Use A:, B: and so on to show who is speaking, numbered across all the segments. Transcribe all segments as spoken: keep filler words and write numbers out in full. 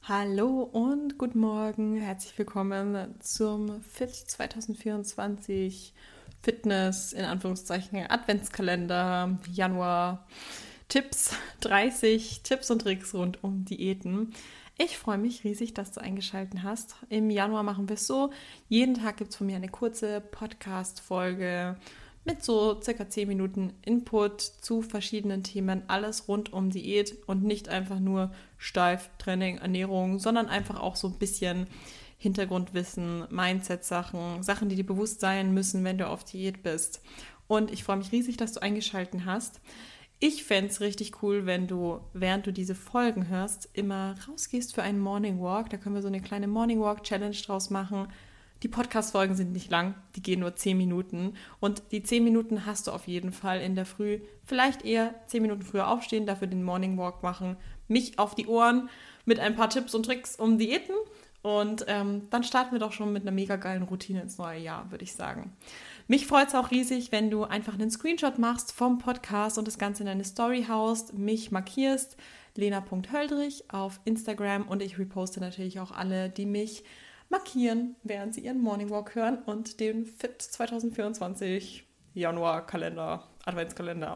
A: Hallo und guten Morgen, herzlich willkommen zum Fit zwanzig vierundzwanzig Fitness in Anführungszeichen Adventskalender Januar Tipps, dreißig Tipps und Tricks rund um Diäten. Ich freue mich riesig, dass du eingeschaltet hast. Im Januar machen wir es so, jeden Tag gibt es von mir eine kurze Podcast-Folge mit so circa zehn Minuten Input zu verschiedenen Themen, alles rund um Diät und nicht einfach nur steif Training, Ernährung, sondern einfach auch so ein bisschen Hintergrundwissen, Mindset-Sachen, Sachen, die dir bewusst sein müssen, wenn du auf Diät bist. Und ich freue mich riesig, dass du eingeschaltet hast. Ich fände es richtig cool, wenn du, während du diese Folgen hörst, immer rausgehst für einen Morning Walk. Da können wir so eine kleine Morning Walk Challenge draus machen. Die Podcast-Folgen sind nicht lang, die gehen nur zehn Minuten. Und die zehn Minuten hast du auf jeden Fall in der Früh. Vielleicht eher zehn Minuten früher aufstehen, dafür den Morning Walk machen. Mich auf die Ohren mit ein paar Tipps und Tricks um Diäten. Und ähm, dann starten wir doch schon mit einer mega geilen Routine ins neue Jahr, würde ich sagen. Mich freut es auch riesig, wenn du einfach einen Screenshot machst vom Podcast und das Ganze in deine Story haust, mich markierst, lena punkt höldrich auf Instagram, und ich reposte natürlich auch alle, die mich markieren, während sie ihren Morning Walk hören und den Fit zwanzig vierundzwanzig Januar-Kalender, Adventskalender.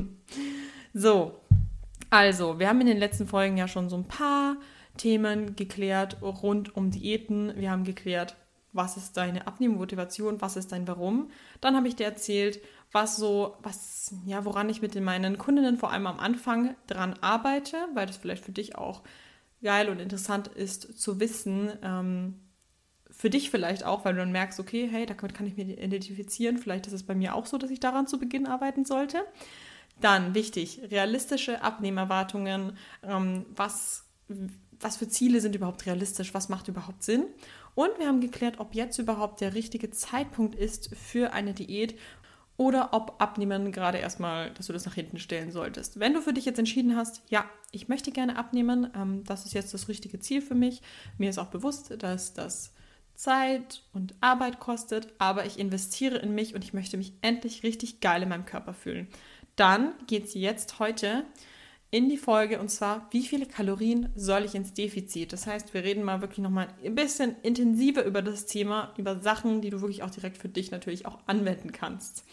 A: So, also, wir haben in den letzten Folgen ja schon so ein paar Themen geklärt rund um Diäten. Wir haben geklärt, was ist deine Abnehmmotivation, was ist dein Warum. Dann habe ich dir erzählt, was so, was, ja, woran ich mit meinen Kundinnen vor allem am Anfang dran arbeite, weil das vielleicht für dich auch geil und interessant ist zu wissen, ähm, für dich vielleicht auch, weil du dann merkst, okay, hey, damit kann ich mich identifizieren, vielleicht ist es bei mir auch so, dass ich daran zu Beginn arbeiten sollte. Dann, wichtig, realistische Abnehmerwartungen, ähm, was, was für Ziele sind überhaupt realistisch, was macht überhaupt Sinn. Und wir haben geklärt, ob jetzt überhaupt der richtige Zeitpunkt ist für eine Diät oder ob Abnehmen gerade erstmal, dass du das nach hinten stellen solltest. Wenn du für dich jetzt entschieden hast, ja, ich möchte gerne abnehmen, ähm, das ist jetzt das richtige Ziel für mich, mir ist auch bewusst, dass das Zeit und Arbeit kostet, aber ich investiere in mich und ich möchte mich endlich richtig geil in meinem Körper fühlen. Dann geht es jetzt heute in die Folge, und zwar, wie viele Kalorien soll ich ins Defizit? Das heißt, wir reden mal wirklich nochmal ein bisschen intensiver über das Thema, über Sachen, die du wirklich auch direkt für dich natürlich auch anwenden kannst.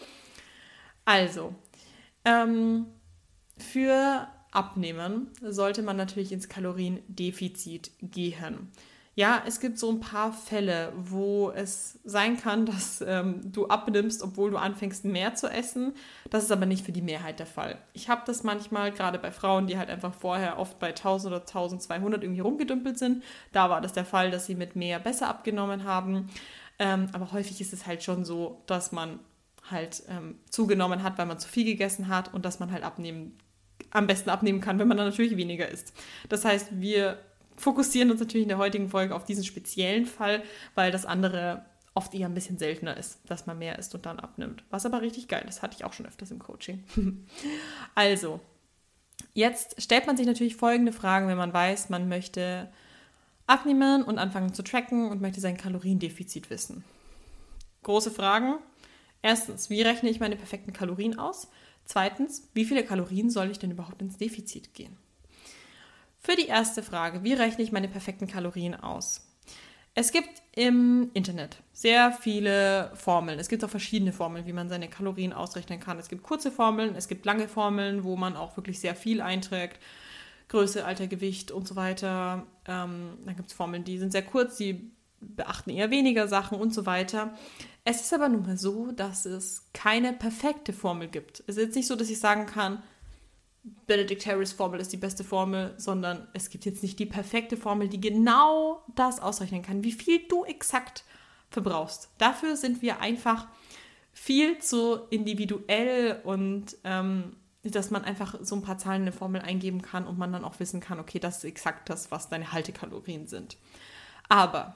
A: Also, ähm, für Abnehmen sollte man natürlich ins Kaloriendefizit gehen. Ja, es gibt so ein paar Fälle, wo es sein kann, dass ähm, du abnimmst, obwohl du anfängst, mehr zu essen. Das ist aber nicht für die Mehrheit der Fall. Ich habe das manchmal, gerade bei Frauen, die halt einfach vorher oft bei tausend oder tausendzweihundert irgendwie rumgedümpelt sind. Da war das der Fall, dass sie mit mehr besser abgenommen haben. Ähm, aber häufig ist es halt schon so, dass man halt ähm, zugenommen hat, weil man zu viel gegessen hat, und dass man halt abnehmen, am besten abnehmen kann, wenn man dann natürlich weniger isst. Das heißt, wir fokussieren uns natürlich in der heutigen Folge auf diesen speziellen Fall, weil das andere oft eher ein bisschen seltener ist, dass man mehr isst und dann abnimmt. Was aber richtig geil ist, hatte ich auch schon öfters im Coaching. Also, jetzt stellt man sich natürlich folgende Fragen, wenn man weiß, man möchte abnehmen und anfangen zu tracken und möchte sein Kaloriendefizit wissen. Große Fragen. Erstens, wie rechne ich meine perfekten Kalorien aus? Zweitens, wie viele Kalorien soll ich denn überhaupt ins Defizit gehen? Für die erste Frage, wie rechne ich meine perfekten Kalorien aus? Es gibt im Internet sehr viele Formeln. Es gibt auch verschiedene Formeln, wie man seine Kalorien ausrechnen kann. Es gibt kurze Formeln, es gibt lange Formeln, wo man auch wirklich sehr viel einträgt. Größe, Alter, Gewicht und so weiter. Ähm, dann gibt es Formeln, die sind sehr kurz, die beachten eher weniger Sachen und so weiter. Es ist aber nun mal so, dass es keine perfekte Formel gibt. Es ist jetzt nicht so, dass ich sagen kann, Benedict Harris Formel ist die beste Formel, sondern es gibt jetzt nicht die perfekte Formel, die genau das ausrechnen kann, wie viel du exakt verbrauchst. Dafür sind wir einfach viel zu individuell und ähm, dass man einfach so ein paar Zahlen in eine Formel eingeben kann und man dann auch wissen kann, okay, das ist exakt das, was deine Haltekalorien sind. Aber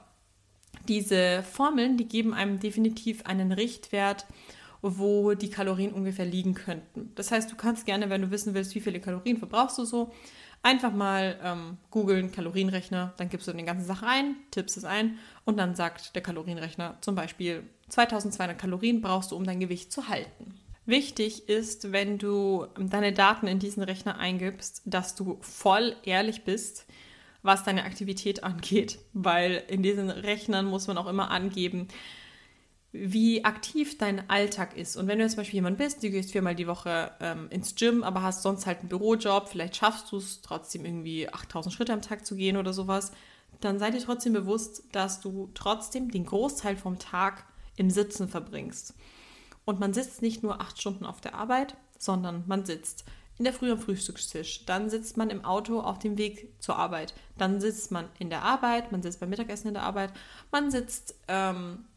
A: diese Formeln, die geben einem definitiv einen Richtwert, wo die Kalorien ungefähr liegen könnten. Das heißt, du kannst gerne, wenn du wissen willst, wie viele Kalorien verbrauchst du so, einfach mal ähm, googeln, Kalorienrechner, dann gibst du die ganze Sache ein, tippst es ein und dann sagt der Kalorienrechner zum Beispiel zweitausendzweihundert Kalorien brauchst du, um dein Gewicht zu halten. Wichtig ist, wenn du deine Daten in diesen Rechner eingibst, dass du voll ehrlich bist, was deine Aktivität angeht, weil in diesen Rechnern muss man auch immer angeben, wie aktiv dein Alltag ist. Und wenn du jetzt zum Beispiel jemand bist, du gehst viermal die Woche ähm, ins Gym, aber hast sonst halt einen Bürojob, vielleicht schaffst du es trotzdem irgendwie achttausend Schritte am Tag zu gehen oder sowas, dann sei dir trotzdem bewusst, dass du trotzdem den Großteil vom Tag im Sitzen verbringst. Und man sitzt nicht nur acht Stunden auf der Arbeit, sondern man sitzt in der Früh am Frühstückstisch, dann sitzt man im Auto auf dem Weg zur Arbeit, dann sitzt man in der Arbeit, man sitzt beim Mittagessen in der Arbeit, man sitzt ähm,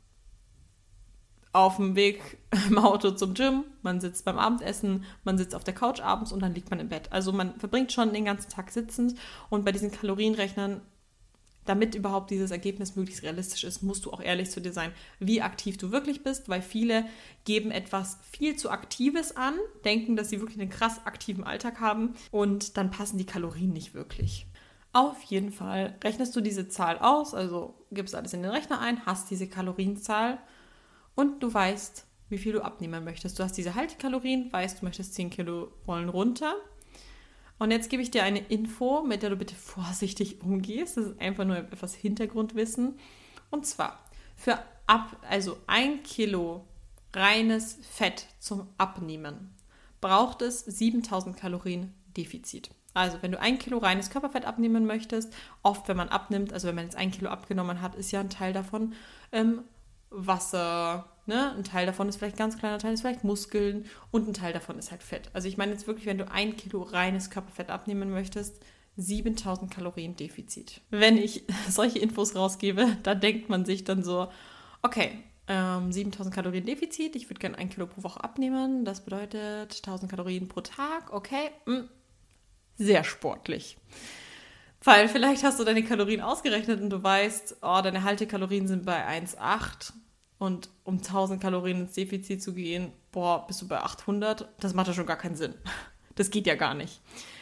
A: auf dem Weg im Auto zum Gym, man sitzt beim Abendessen, man sitzt auf der Couch abends und dann liegt man im Bett. Also man verbringt schon den ganzen Tag sitzend und bei diesen Kalorienrechnern, damit überhaupt dieses Ergebnis möglichst realistisch ist, musst du auch ehrlich zu dir sein, wie aktiv du wirklich bist, weil viele geben etwas viel zu Aktives an, denken, dass sie wirklich einen krass aktiven Alltag haben und dann passen die Kalorien nicht wirklich. Auf jeden Fall rechnest du diese Zahl aus, also gibst alles in den Rechner ein, hast diese Kalorienzahl und du weißt, wie viel du abnehmen möchtest. Du hast diese Haltekalorien, weißt, du möchtest zehn Kilo wollen runter. Und jetzt gebe ich dir eine Info, mit der du bitte vorsichtig umgehst. Das ist einfach nur etwas Hintergrundwissen. Und zwar für ab, also ein Kilo reines Fett zum Abnehmen braucht es siebentausend Kalorien Defizit. Also wenn du ein Kilo reines Körperfett abnehmen möchtest, oft wenn man abnimmt, also wenn man jetzt ein Kilo abgenommen hat, ist ja ein Teil davon ähm, Wasser, ne? Ein Teil davon ist vielleicht ein ganz kleiner Teil, ist vielleicht Muskeln und ein Teil davon ist halt Fett. Also ich meine jetzt wirklich, wenn du ein Kilo reines Körperfett abnehmen möchtest, siebentausend Kalorien Defizit. Wenn ich solche Infos rausgebe, da denkt man sich dann so, okay, ähm, siebentausend Kalorien Defizit, ich würde gerne ein Kilo pro Woche abnehmen, das bedeutet tausend Kalorien pro Tag, okay, mh, sehr sportlich. Weil vielleicht hast du deine Kalorien ausgerechnet und du weißt, oh, deine Haltekalorien sind bei eins Komma acht und um tausend Kalorien ins Defizit zu gehen, boah, bist du bei achthundert, das macht ja schon gar keinen Sinn. Das geht ja gar nicht.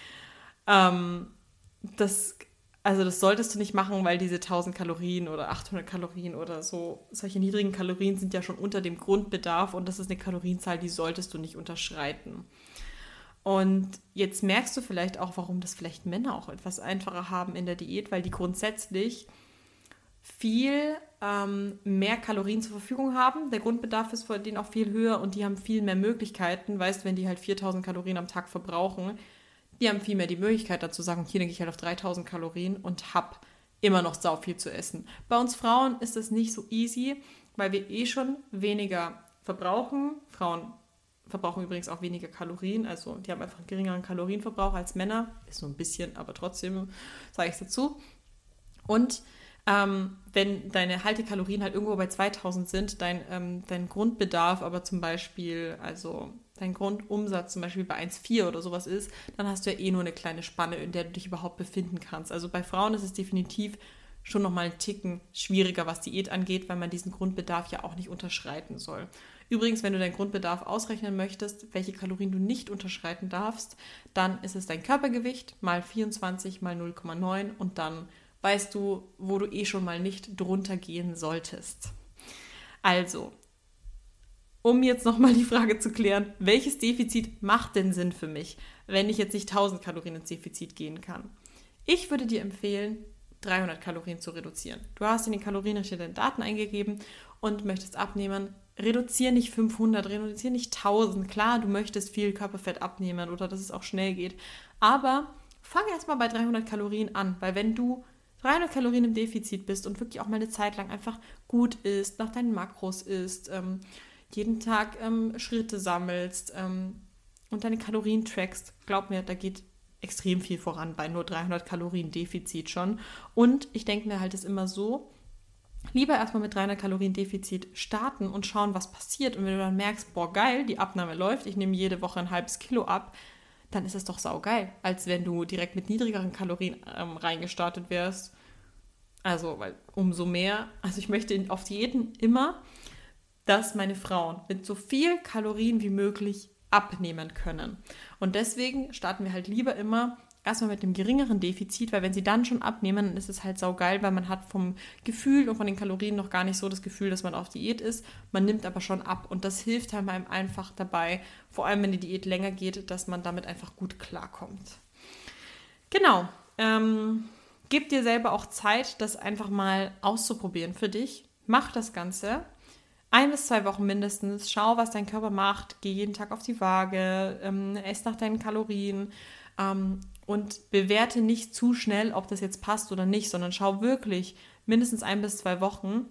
A: Ähm, das, also das solltest du nicht machen, weil diese tausend Kalorien oder achthundert Kalorien oder so, solche niedrigen Kalorien sind ja schon unter dem Grundbedarf und das ist eine Kalorienzahl, die solltest du nicht unterschreiten. Und jetzt merkst du vielleicht auch, warum das vielleicht Männer auch etwas einfacher haben in der Diät, weil die grundsätzlich viel ähm, mehr Kalorien zur Verfügung haben. Der Grundbedarf ist vor denen auch viel höher und die haben viel mehr Möglichkeiten. Weißt, wenn die halt viertausend Kalorien am Tag verbrauchen, die haben viel mehr die Möglichkeit dazu sagen, hier denke ich halt auf dreitausend Kalorien und habe immer noch sau viel zu essen. Bei uns Frauen ist das nicht so easy, weil wir eh schon weniger verbrauchen. Frauen verbrauchen übrigens auch weniger Kalorien, also die haben einfach einen geringeren Kalorienverbrauch als Männer. Ist so ein bisschen, aber trotzdem sage ich es dazu. Und ähm, wenn deine Haltekalorien halt irgendwo bei zweitausend sind, dein, ähm, dein Grundbedarf aber zum Beispiel, also dein Grundumsatz zum Beispiel bei eins Komma vier oder sowas ist, dann hast du ja eh nur eine kleine Spanne, in der du dich überhaupt befinden kannst. Also bei Frauen ist es definitiv schon nochmal einen Ticken schwieriger, was Diät angeht, weil man diesen Grundbedarf ja auch nicht unterschreiten soll. Übrigens, wenn du deinen Grundbedarf ausrechnen möchtest, welche Kalorien du nicht unterschreiten darfst, dann ist es dein Körpergewicht mal vierundzwanzig mal null Komma neun und dann weißt du, wo du eh schon mal nicht drunter gehen solltest. Also, um jetzt nochmal die Frage zu klären, welches Defizit macht denn Sinn für mich, wenn ich jetzt nicht tausend Kalorien ins Defizit gehen kann? Ich würde dir empfehlen, dreihundert Kalorien zu reduzieren. Du hast in den Kalorienrichter deine Daten eingegeben und möchtest abnehmen. Reduziere nicht fünfhundert, reduziere nicht tausend. Klar, du möchtest viel Körperfett abnehmen oder dass es auch schnell geht. Aber fang erstmal bei dreihundert Kalorien an, weil wenn du dreihundert Kalorien im Defizit bist und wirklich auch mal eine Zeit lang einfach gut isst, nach deinen Makros isst, ähm, jeden Tag ähm, Schritte sammelst ähm, und deine Kalorien trackst, glaub mir, da geht extrem viel voran bei nur dreihundert Kalorien Defizit schon. Und ich denke mir halt es immer so, lieber erstmal mit dreihundert Kalorien Defizit starten und schauen, was passiert. Und wenn du dann merkst, boah geil, die Abnahme läuft, ich nehme jede Woche ein halbes Kilo ab, dann ist es doch saugeil, als wenn du direkt mit niedrigeren Kalorien ähm, reingestartet wärst. Also, weil umso mehr, also ich möchte auf Diäten immer, dass meine Frauen mit so viel Kalorien wie möglich abnehmen können. Und deswegen starten wir halt lieber immer erstmal mit dem geringeren Defizit, weil wenn sie dann schon abnehmen, dann ist es halt saugeil, weil man hat vom Gefühl und von den Kalorien noch gar nicht so das Gefühl, dass man auf Diät ist. Man nimmt aber schon ab und das hilft halt einem einfach dabei, vor allem wenn die Diät länger geht, dass man damit einfach gut klarkommt. Genau. Ähm, Gib dir selber auch Zeit, das einfach mal auszuprobieren für dich. Mach das Ganze. Ein bis zwei Wochen mindestens. Schau, was dein Körper macht. Geh jeden Tag auf die Waage. Ähm, ess nach deinen Kalorien. Ähm, und bewerte nicht zu schnell, ob das jetzt passt oder nicht, sondern schau wirklich mindestens ein bis zwei Wochen,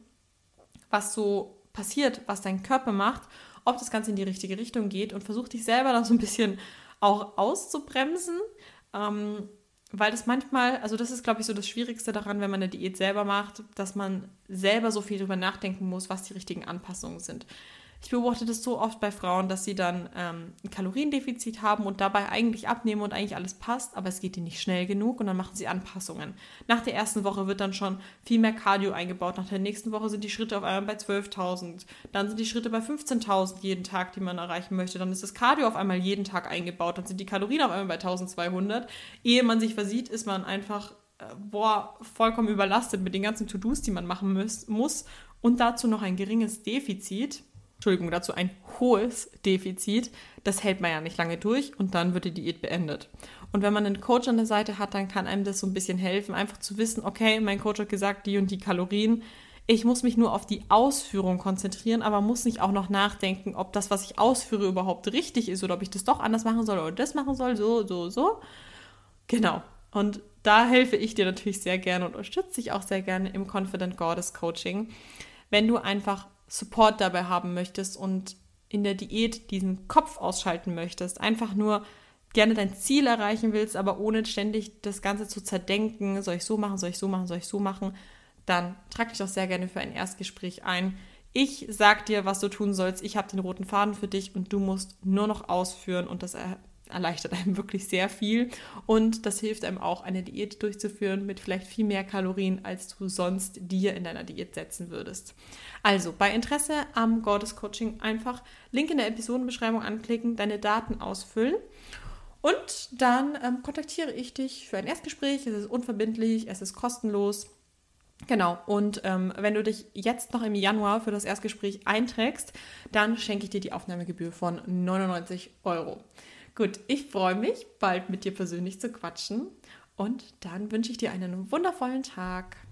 A: was so passiert, was dein Körper macht, ob das Ganze in die richtige Richtung geht und versuch dich selber da so ein bisschen auch auszubremsen, ähm, weil das manchmal, also das ist, glaube ich, so das Schwierigste daran, wenn man eine Diät selber macht, dass man selber so viel drüber nachdenken muss, was die richtigen Anpassungen sind. Ich beobachte das so oft bei Frauen, dass sie dann ähm, ein Kaloriendefizit haben und dabei eigentlich abnehmen und eigentlich alles passt, aber es geht ihnen nicht schnell genug und dann machen sie Anpassungen. Nach der ersten Woche wird dann schon viel mehr Cardio eingebaut, nach der nächsten Woche sind die Schritte auf einmal bei zwölftausend, dann sind die Schritte bei fünfzehntausend jeden Tag, die man erreichen möchte, dann ist das Cardio auf einmal jeden Tag eingebaut, dann sind die Kalorien auf einmal bei eintausendzweihundert. Ehe man sich versieht, ist man einfach äh, boah, vollkommen überlastet mit den ganzen To-Dos, die man machen muss, muss und dazu noch ein geringes Defizit. Entschuldigung, dazu ein hohes Defizit, das hält man ja nicht lange durch und dann wird die Diät beendet. Und wenn man einen Coach an der Seite hat, dann kann einem das so ein bisschen helfen, einfach zu wissen, okay, mein Coach hat gesagt, die und die Kalorien, ich muss mich nur auf die Ausführung konzentrieren, aber muss nicht auch noch nachdenken, ob das, was ich ausführe, überhaupt richtig ist oder ob ich das doch anders machen soll oder das machen soll, so, so, so. Genau. Und da helfe ich dir natürlich sehr gerne und unterstütze dich auch sehr gerne im Confident Goddess Coaching, wenn du einfach Support dabei haben möchtest und in der Diät diesen Kopf ausschalten möchtest, einfach nur gerne dein Ziel erreichen willst, aber ohne ständig das Ganze zu zerdenken, soll ich so machen, soll ich so machen, soll ich so machen, dann trag dich doch sehr gerne für ein Erstgespräch ein. Ich sag dir, was du tun sollst, ich habe den roten Faden für dich und du musst nur noch ausführen und das er- erleichtert einem wirklich sehr viel und das hilft einem auch, eine Diät durchzuführen mit vielleicht viel mehr Kalorien, als du sonst dir in deiner Diät setzen würdest. Also bei Interesse am Goddess Coaching einfach Link in der Episodenbeschreibung anklicken, deine Daten ausfüllen und dann ähm, kontaktiere ich dich für ein Erstgespräch. Es ist unverbindlich, es ist kostenlos. Genau, und ähm, wenn du dich jetzt noch im Januar für das Erstgespräch einträgst, dann schenke ich dir die Aufnahmegebühr von neunundneunzig Euro. Gut, ich freue mich, bald mit dir persönlich zu quatschen und dann wünsche ich dir einen wundervollen Tag.